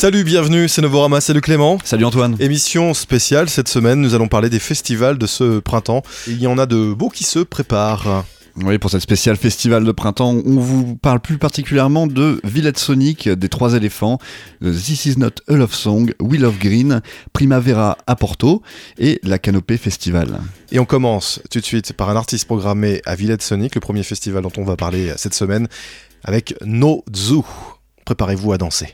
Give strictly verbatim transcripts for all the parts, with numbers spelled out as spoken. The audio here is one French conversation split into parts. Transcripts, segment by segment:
Salut, bienvenue, c'est Novorama, salut Clément. Salut Antoine. Émission spéciale cette semaine, nous allons parler des festivals de ce printemps. Il y en a de beaux qui se préparent. Oui, pour cette spéciale festival de printemps, on vous parle plus particulièrement de Villette Sonic, des Trois éléphants, This Is Not a Love Song, We Love Green, Primavera à Porto et la Canopée Festival. Et on commence tout de suite par un artiste programmé à Villette Sonic, le premier festival dont on va parler cette semaine, avec No Zoo. Préparez-vous à danser.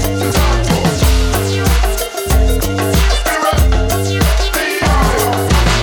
Festival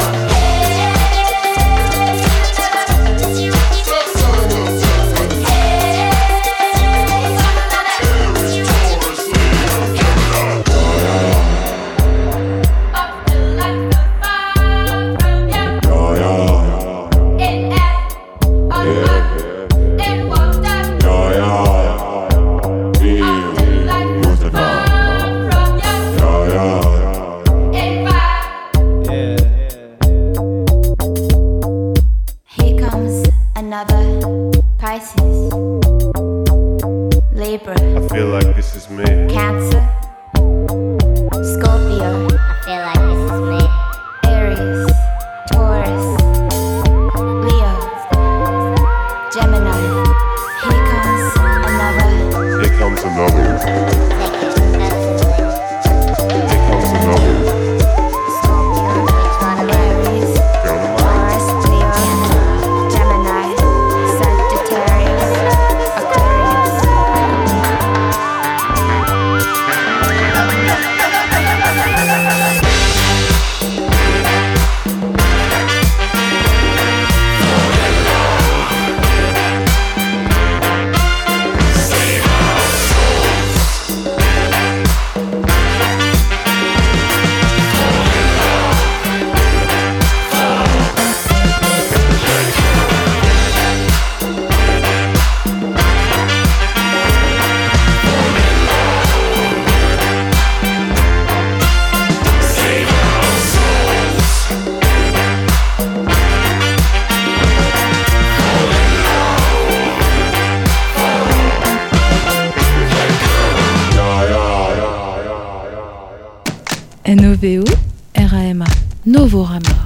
Noveo, R A M A, Novorama.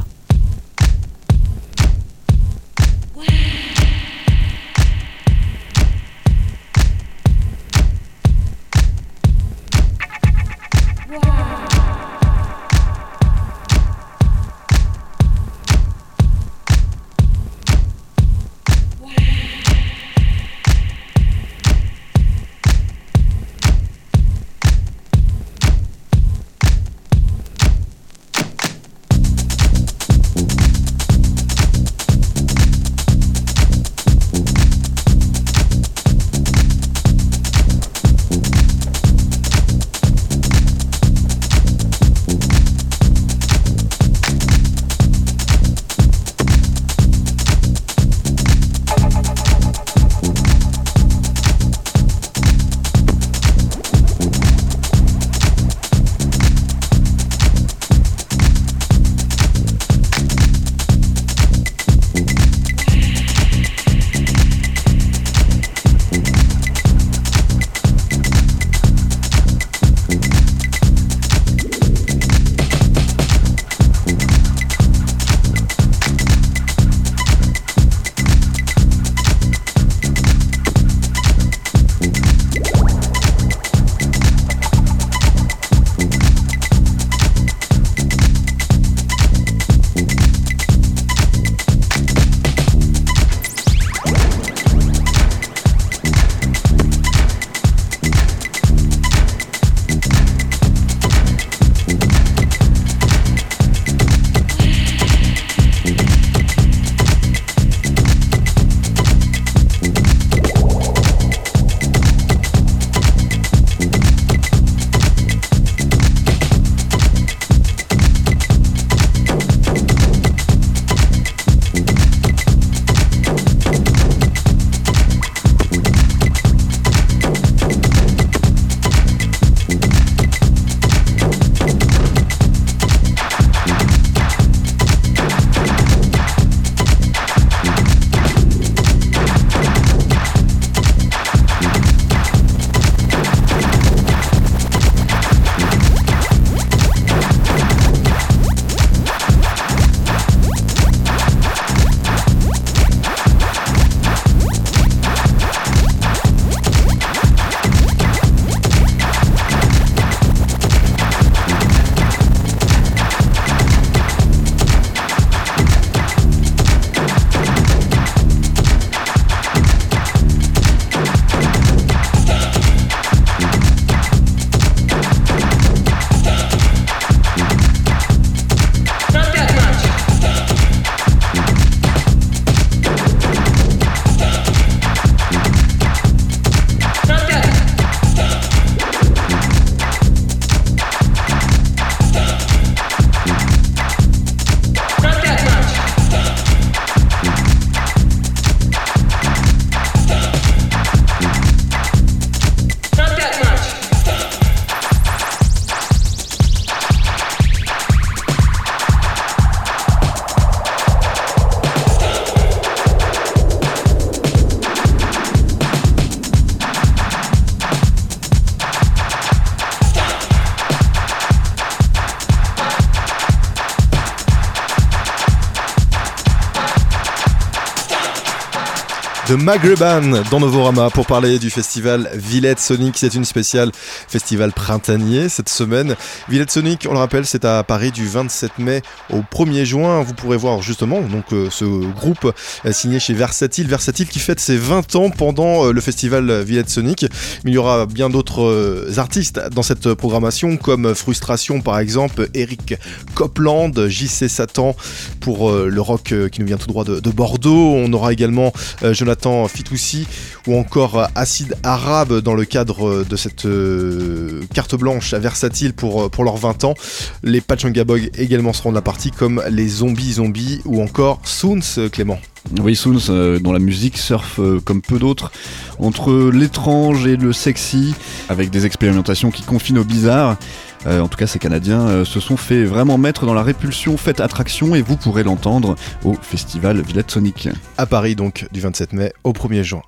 de Magreban dans Novorama pour parler du festival Villette Sonic. C'est une spéciale festival printanier cette semaine. Villette Sonic, on le rappelle, c'est à Paris du vingt-sept mai au premier juin. Vous pourrez voir justement donc euh, ce groupe euh, signé chez Versatile. Versatile qui fête ses vingt ans pendant euh, le festival Villette Sonic. Mais il y aura bien d'autres euh, artistes dans cette programmation comme Frustration par exemple, Eric Copland, J C Satan pour euh, le rock euh, qui nous vient tout droit de, de Bordeaux. On aura également euh, Jonathan Fitoussi ou encore euh, Acide Arabe dans le cadre de cette euh, carte blanche à Versatile pour, pour leurs vingt ans. Les Pachanga Boys également seront de la partie comme les Zombies Zombies ou encore Soons, Clément. Oui, Soons, euh, dont la musique surfe euh, comme peu d'autres entre l'étrange et le sexy, avec des expérimentations qui confinent au bizarre. Euh, en tout cas, ces Canadiens euh, se sont fait vraiment mettre dans la répulsion faite attraction et vous pourrez l'entendre au festival Villette Sonic. À Paris donc, du vingt-sept mai au premier juin.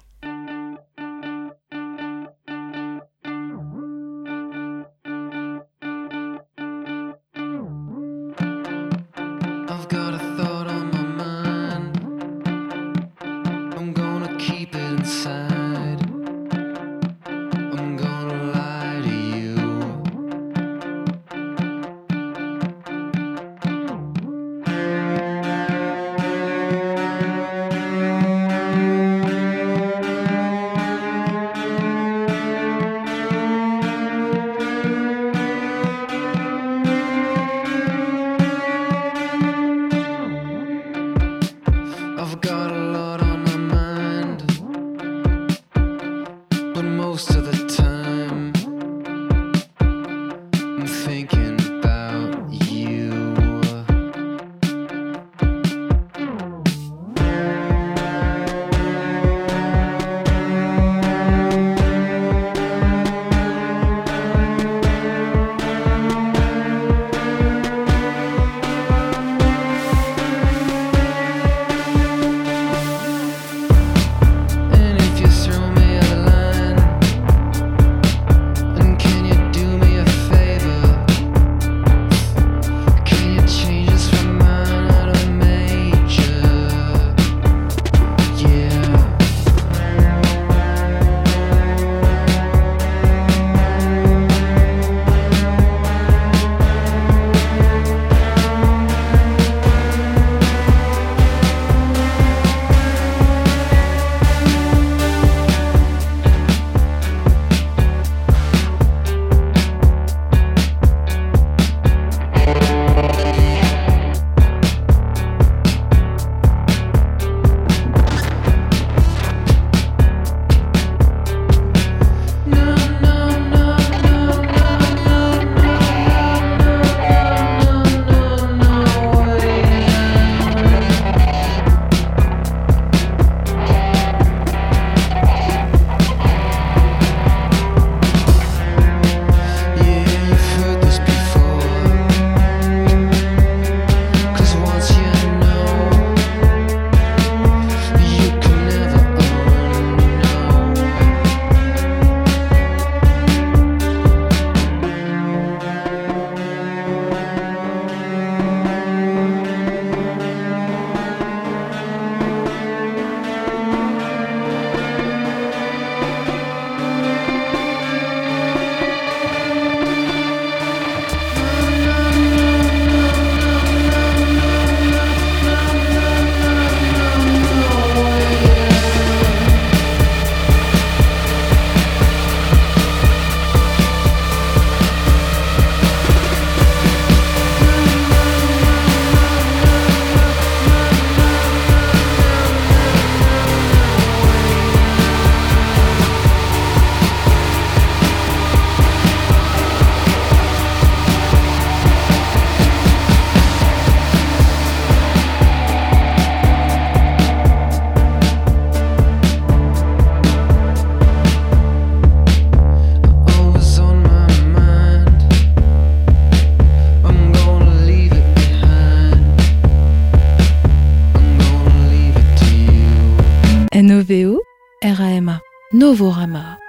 Novorama.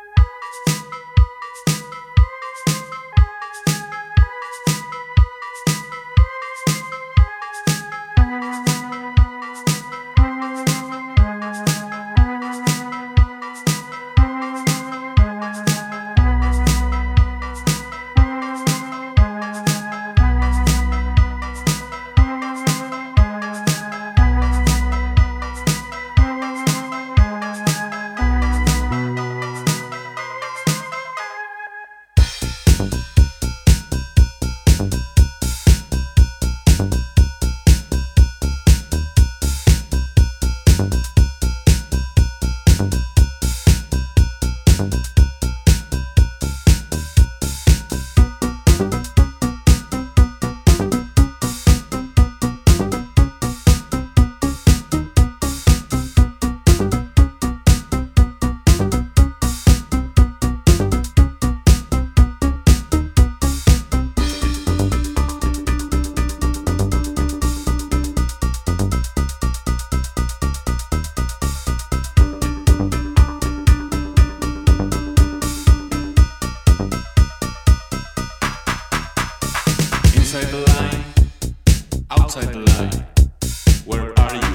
Inside the line, outside the line, where are you?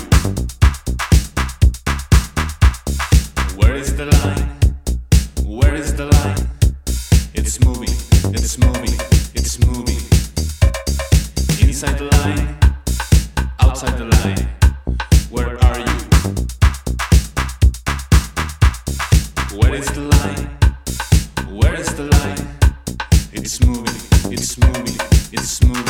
Where is the line? Where is the line? It's moving, it's moving, it's moving. Inside the line, outside the line, where are you? Where is the line? Where is the line? It's moving, it's moving, it's moving.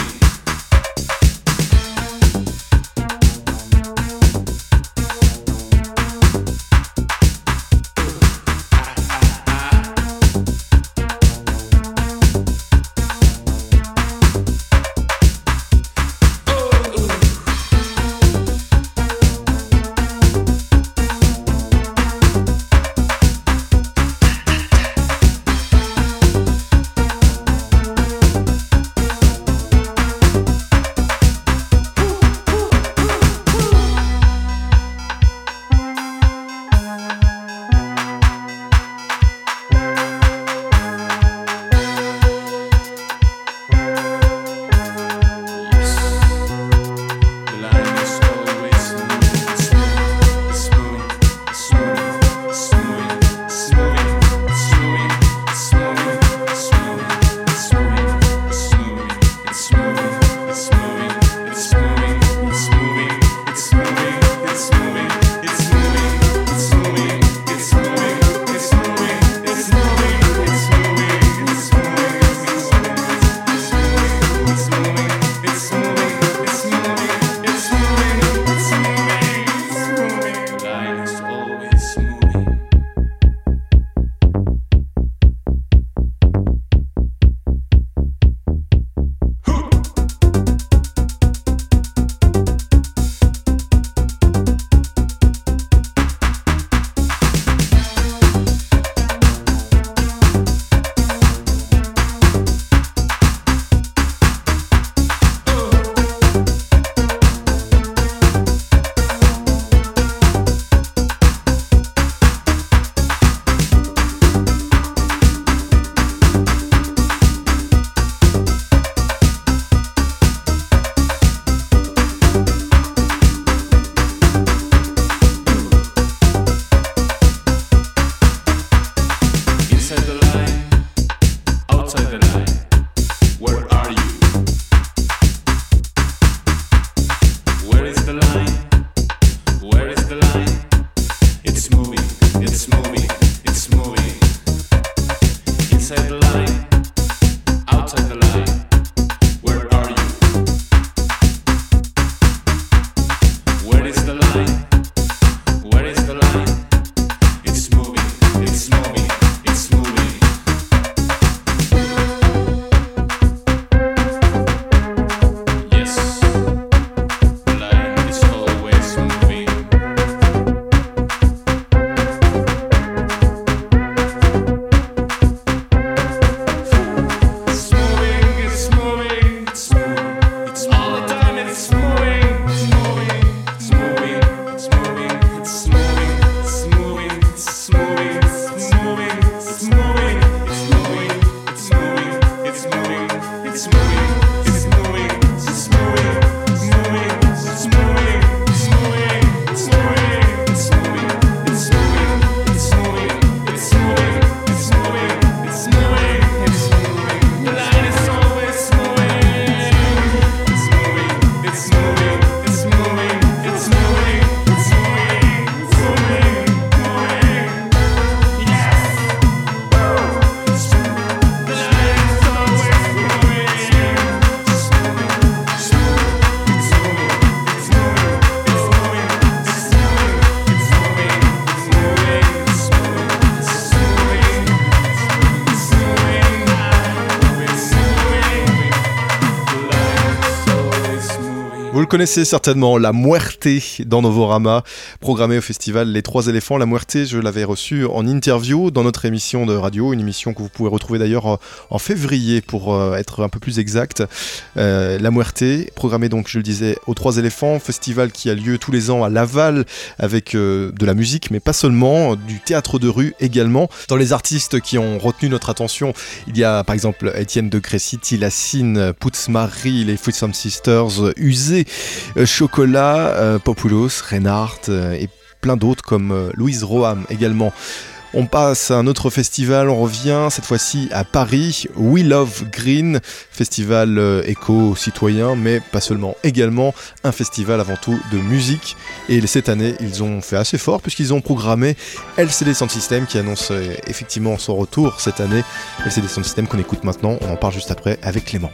Vous le connaissez certainement, La Muerte dans Novorama, programmé au festival Les Trois Éléphants. La Muerte, je l'avais reçu en interview dans notre émission de radio, une émission que vous pouvez retrouver d'ailleurs en février pour être un peu plus exact. Euh, La Muerte, programmé donc, je le disais, aux Trois Éléphants, festival qui a lieu tous les ans à Laval avec euh, de la musique, mais pas seulement, du théâtre de rue également. Dans les artistes qui ont retenu notre attention, il y a par exemple Étienne de Crécy, Lassine, Pouts-Marie, les Footsom Sisters, Usé, Euh, Chocolat, euh, Populos, Reinhardt euh, et plein d'autres comme euh, Louise Roham également. On passe à un autre festival, on revient cette fois-ci à Paris, We Love Green, festival euh, éco-citoyen, mais pas seulement, également un festival avant tout de musique. Et cette année, ils ont fait assez fort puisqu'ils ont programmé L C D Sound System qui annonce euh, effectivement son retour cette année. L C D Sound System qu'on écoute maintenant, on en parle juste après avec Clément.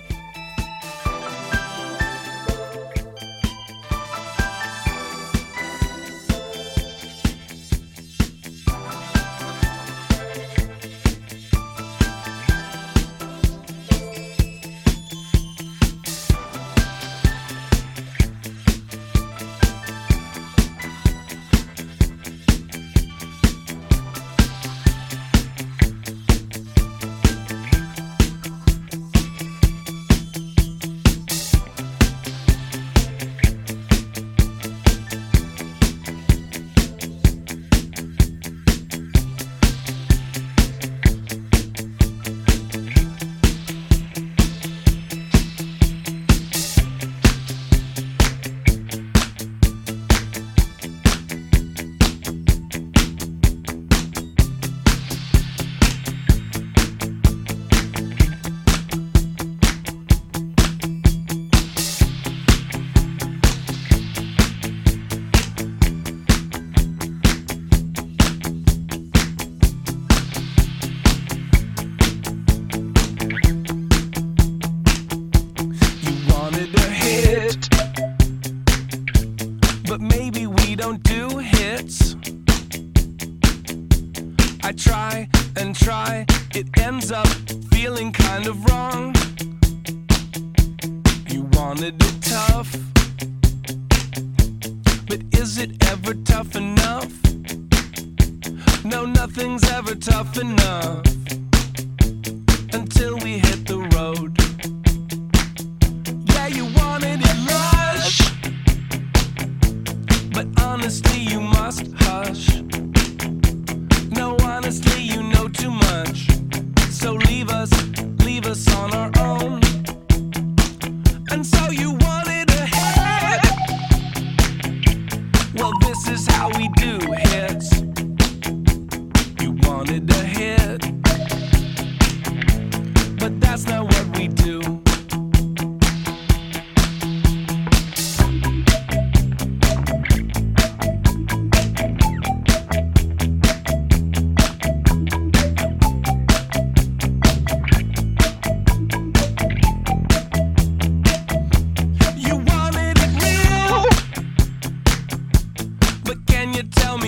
Can you tell me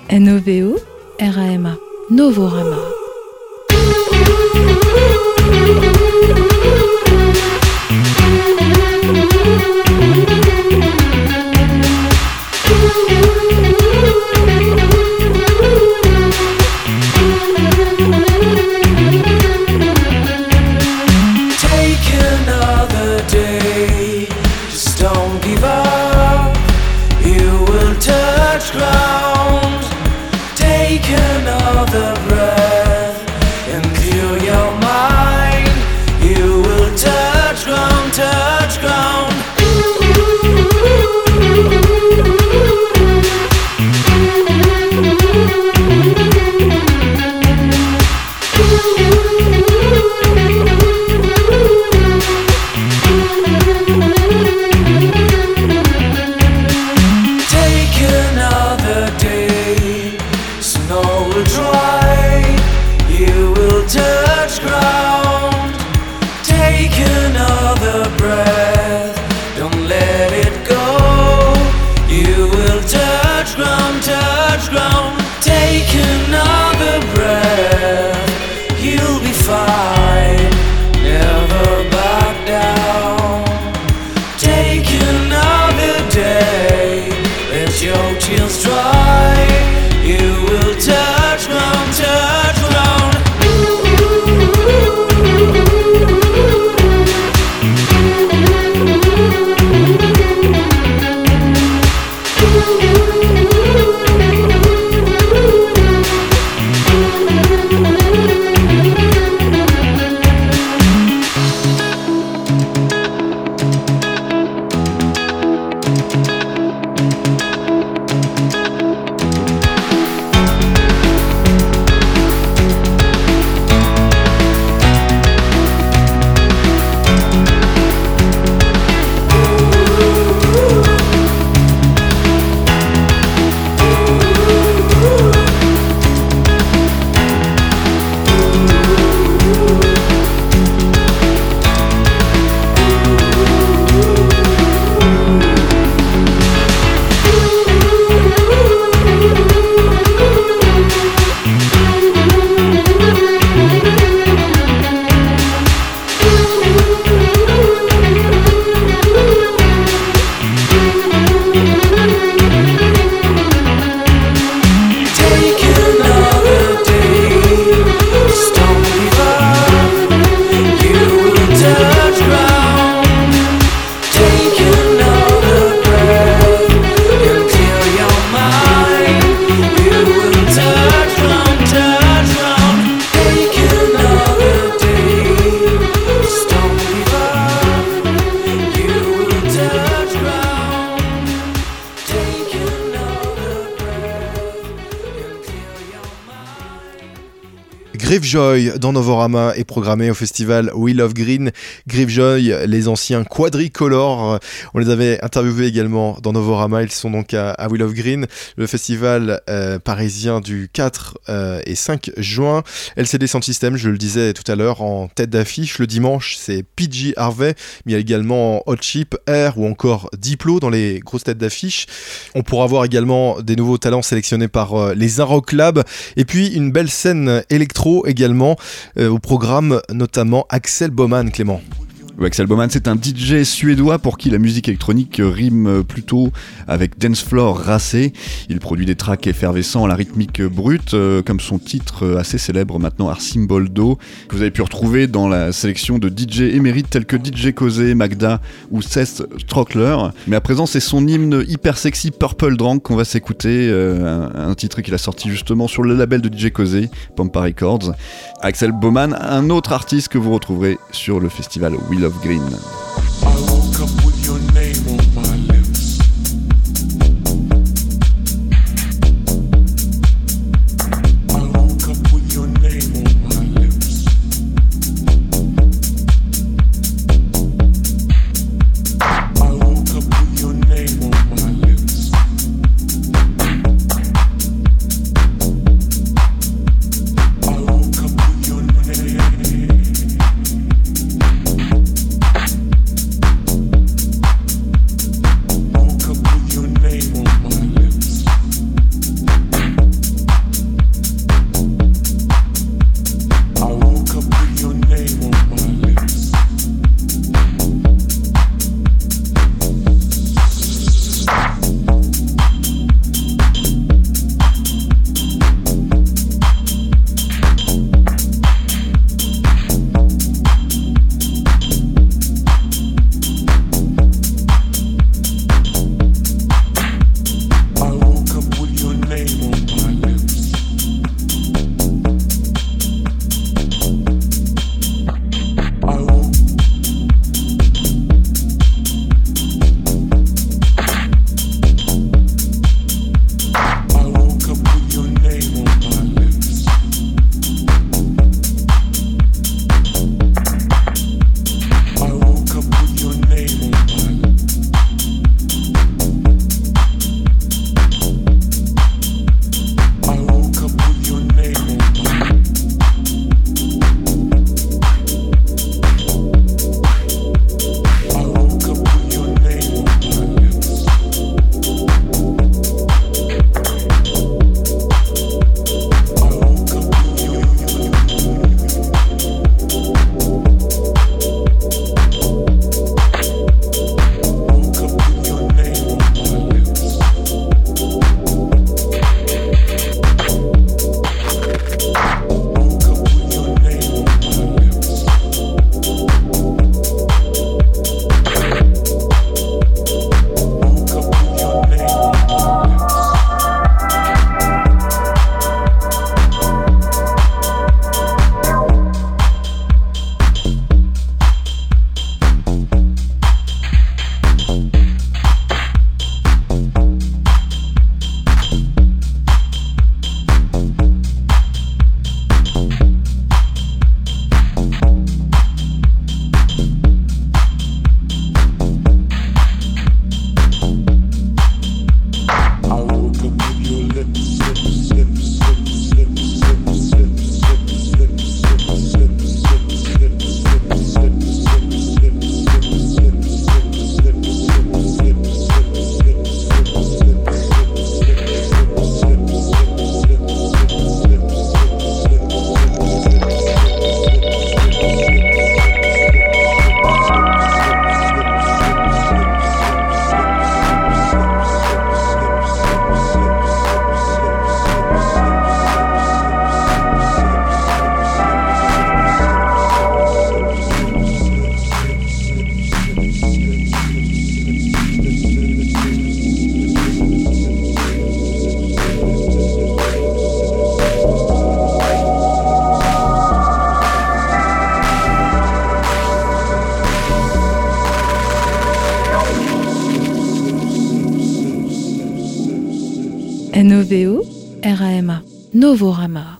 N O V O R A M A Novorama. Grievejoy dans Novorama est programmé au festival We Love Green. Grievejoy, les anciens Quadricolor, on les avait interviewés également dans Novorama. Ils sont donc à, à We Love Green, le festival euh, parisien du quatre euh, et cinq juin. L C D Sound System, je le disais tout à l'heure, en tête d'affiche. Le dimanche, c'est P J Harvey, mais il y a également Hot Chip, Air ou encore Diplo dans les grosses têtes d'affiche. On pourra voir également des nouveaux talents sélectionnés par euh, les Inrock Lab, et puis une belle scène électro également euh, au programme, notamment Axel Boman. Clément. Axel Boman, c'est un D J suédois pour qui la musique électronique rime plutôt avec dance floor racé. Il produit des tracks effervescents à la rythmique brute, euh, comme son titre assez célèbre maintenant, Arcimboldo, que vous avez pu retrouver dans la sélection de D J émérites tels que D J Kozé, Magda ou Seth Strockler. Mais à présent, c'est son hymne hyper sexy Purple Drank qu'on va s'écouter, euh, un, un titre qu'il a sorti justement sur le label de D J Kozé, Pampa Records. Axel Boman, un autre artiste que vous retrouverez sur le festival We Love Green. I woke up with your name on my lips. I woke up with your name on my lips. I woke up with your name on my lips. I woke up with your name. N O V O R A M A. Novorama.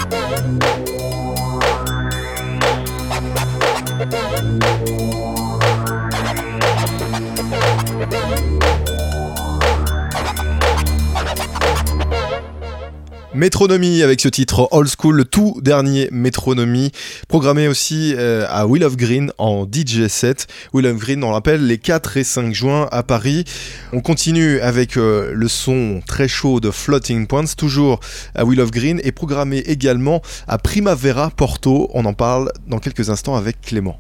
Metronomy avec ce titre Old School, le tout dernier Metronomy, programmé aussi euh, à Wheel of Green en D J set. Wheel of Green, on rappelle, les quatre et cinq juin à Paris. On continue avec euh, le son très chaud de Floating Points, toujours à Wheel of Green, et programmé également à Primavera Porto. On en parle dans quelques instants avec Clément.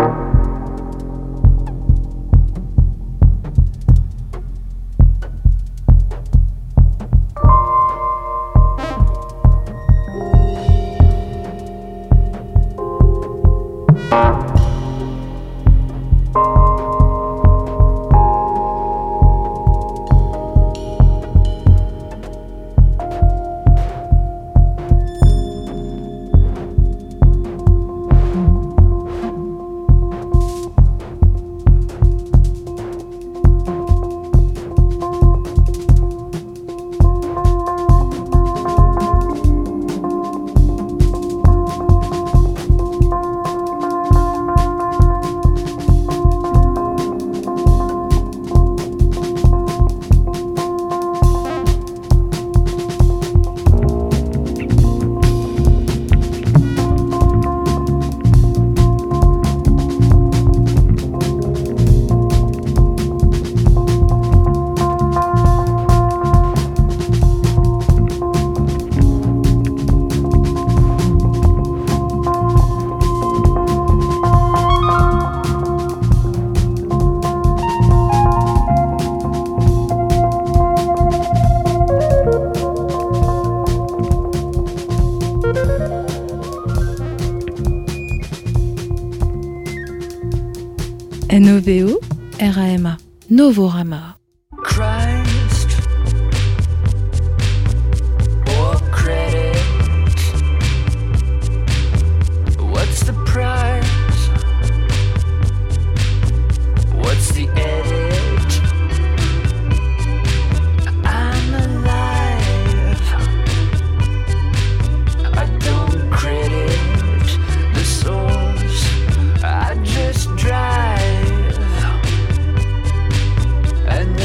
N O V O R A M A Novorama. Christ, or credit. What's the price? What's the edit? I'm alive. I don't credit the source. I just drive. And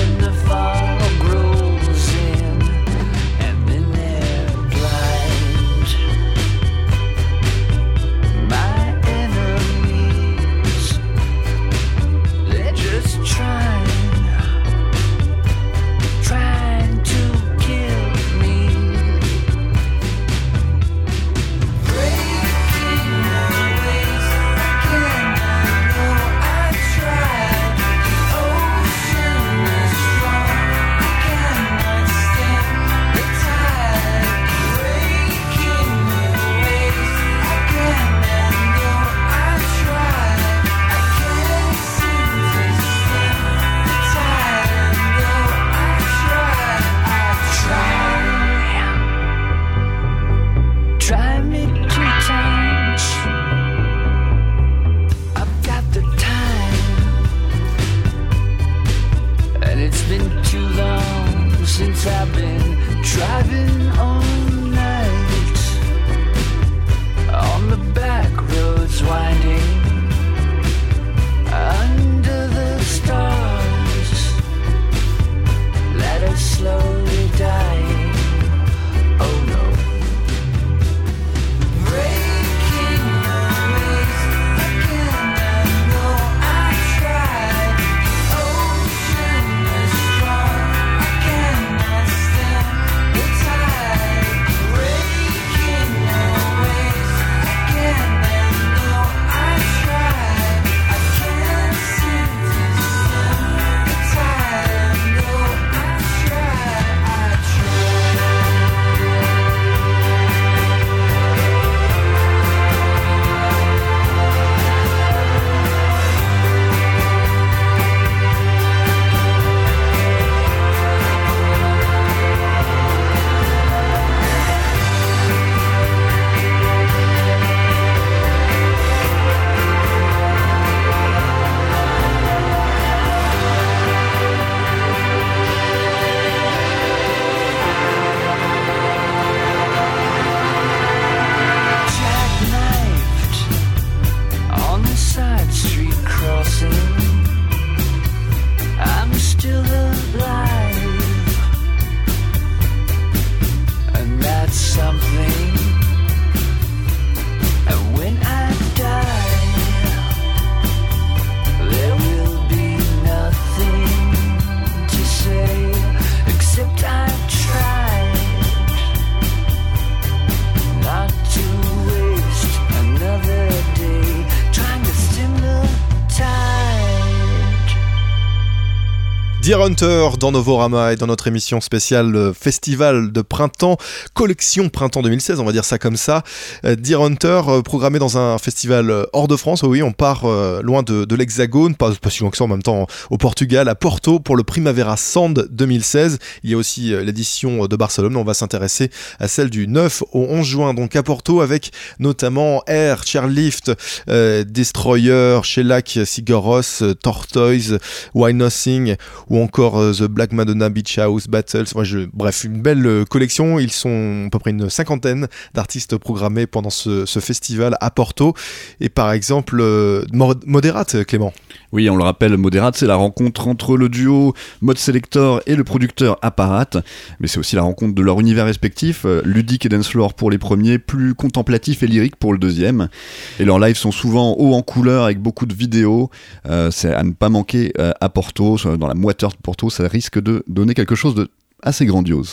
Deer Hunter dans Novorama et dans notre émission spéciale euh, Festival de printemps, collection printemps deux mille seize, on va dire ça comme ça. Euh, Deer Hunter euh, programmé dans un festival euh, hors de France, oui, on part euh, loin de, de l'Hexagone, pas, pas si loin que ça en même temps, au Portugal, à Porto, pour le Primavera Sound deux mille seize. Il y a aussi euh, l'édition de Barcelone, on va s'intéresser à celle du neuf au onze juin, donc à Porto, avec notamment Air, Chairlift, euh, Destroyer, Shellac, Sigur Rós, euh, Tortoise, Why Nothing, ou encore euh, The Black Madonna Beach House Battles. Moi, je, bref, une belle euh, collection. Ils sont à peu près une cinquantaine d'artistes programmés pendant ce, ce festival à Porto. Et par exemple, euh, Moderate, Clément. Oui, on le rappelle, Moderate, c'est la rencontre entre le duo Mode Selector et le producteur Apparat, mais c'est aussi la rencontre de leurs univers respectifs, euh, ludique et dancefloor pour les premiers, plus contemplatif et lyrique pour le deuxième. Et leurs lives sont souvent hauts en couleur avec beaucoup de vidéos. Euh, c'est à ne pas manquer euh, à Porto, dans la moiteur de Porto, ça risque de donner quelque chose de assez grandiose.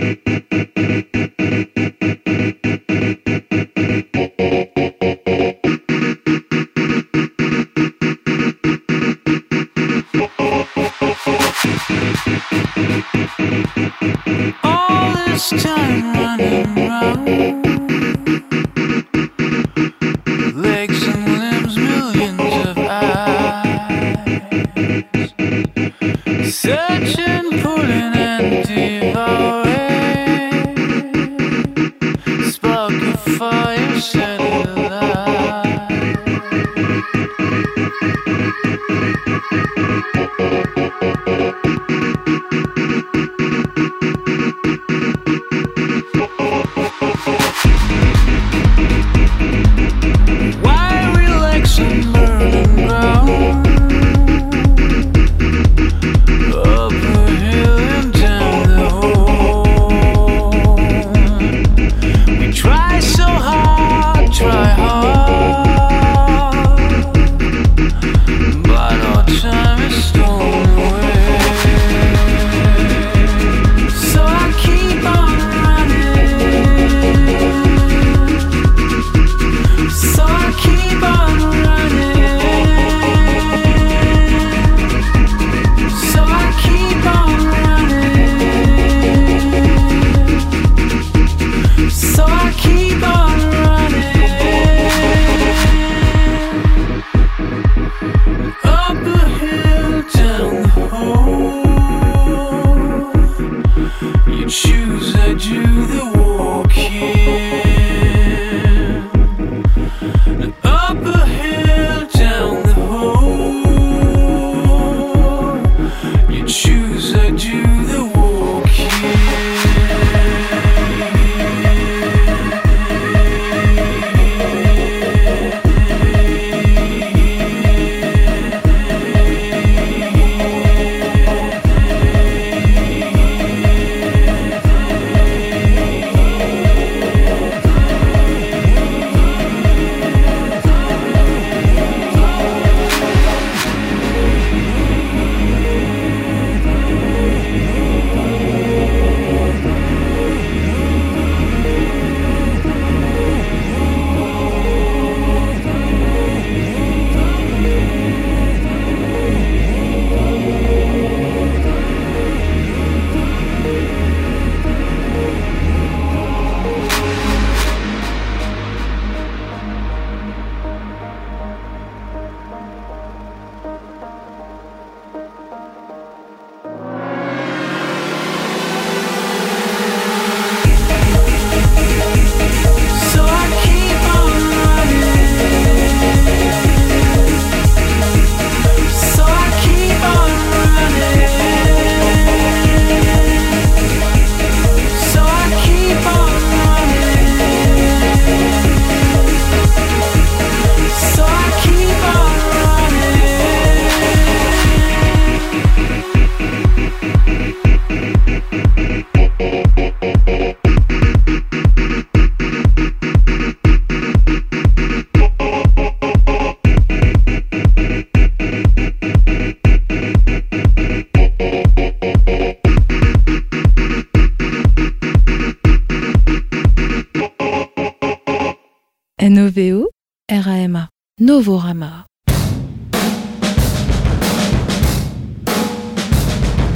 All this time running round, legs and limbs, millions of eyes, searching, pulling and devouring, spark of fire set alight. Why relax and burning ground? Up a hill and down the hole. We try so hard, try hard, but our time is stolen away. So I keep on running. So I keep on running. So I keep on running. So I keep on running. Up a hill, down the hole. You choose, I do the walking. Up a hill, down the hole. You choose, I do the N O V O R A M A Novorama.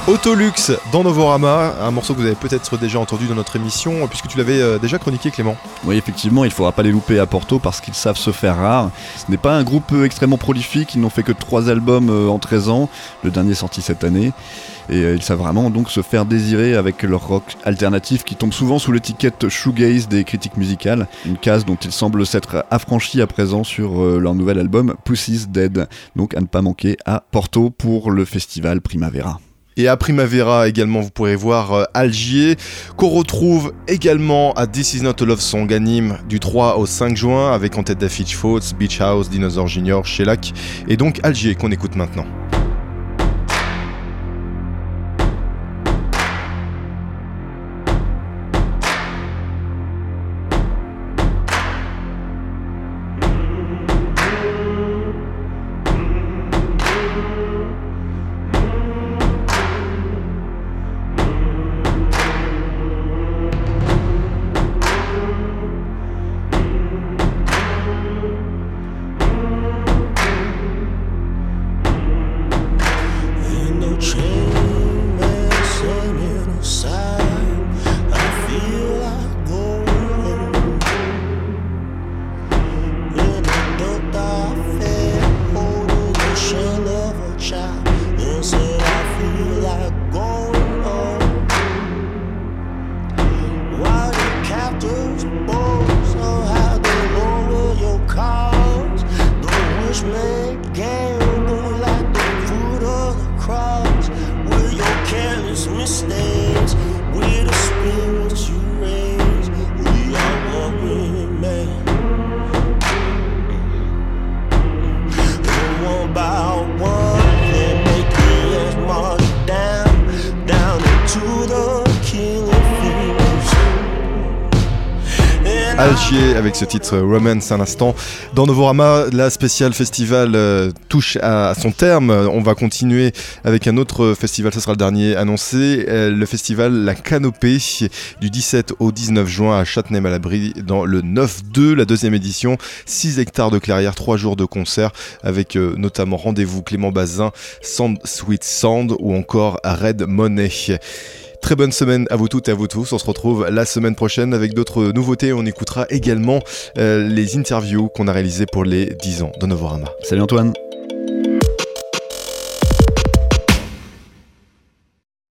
Autolux dans Novorama, un morceau que vous avez peut-être déjà entendu dans notre émission, puisque tu l'avais euh, déjà chroniqué, Clément. Oui, effectivement, il ne faudra pas les louper à Porto parce qu'ils savent se faire rare. Ce n'est pas un groupe euh, extrêmement prolifique, ils n'ont fait que trois albums euh, en treize ans, le dernier sorti cette année. Et euh, ils savent vraiment donc se faire désirer avec leur rock alternatif qui tombe souvent sous l'étiquette shoegaze des critiques musicales, une case dont ils semblent s'être affranchis à présent sur euh, leur nouvel album Pussy's Dead, donc à ne pas manquer à Porto pour le festival Primavera. Et à Primavera également, vous pourrez voir euh, Algier, qu'on retrouve également à This Is Not a Love Song à Nîmes du trois au cinq juin, avec en tête d'affiche Fautes, Beach House, Dinosaur Junior, Shellac, et donc Algier qu'on écoute maintenant. Algier avec ce titre Romance un instant. Dans Novorama, la spéciale festival euh, touche à, à son terme. On va continuer avec un autre festival, ce sera le dernier annoncé, euh, le festival La Canopée du dix-sept au dix-neuf juin à Châtenay-Malabry dans le neuf deux, la deuxième édition. six hectares de clairière, trois jours de concert avec euh, notamment Rendez-vous Clément Bazin, Sound Sweet Sound ou encore Red Money. Très bonne semaine à vous toutes et à vous tous. On se retrouve la semaine prochaine avec d'autres nouveautés. On écoutera également euh, les interviews qu'on a réalisées pour les dix ans de Novorama. Salut Antoine.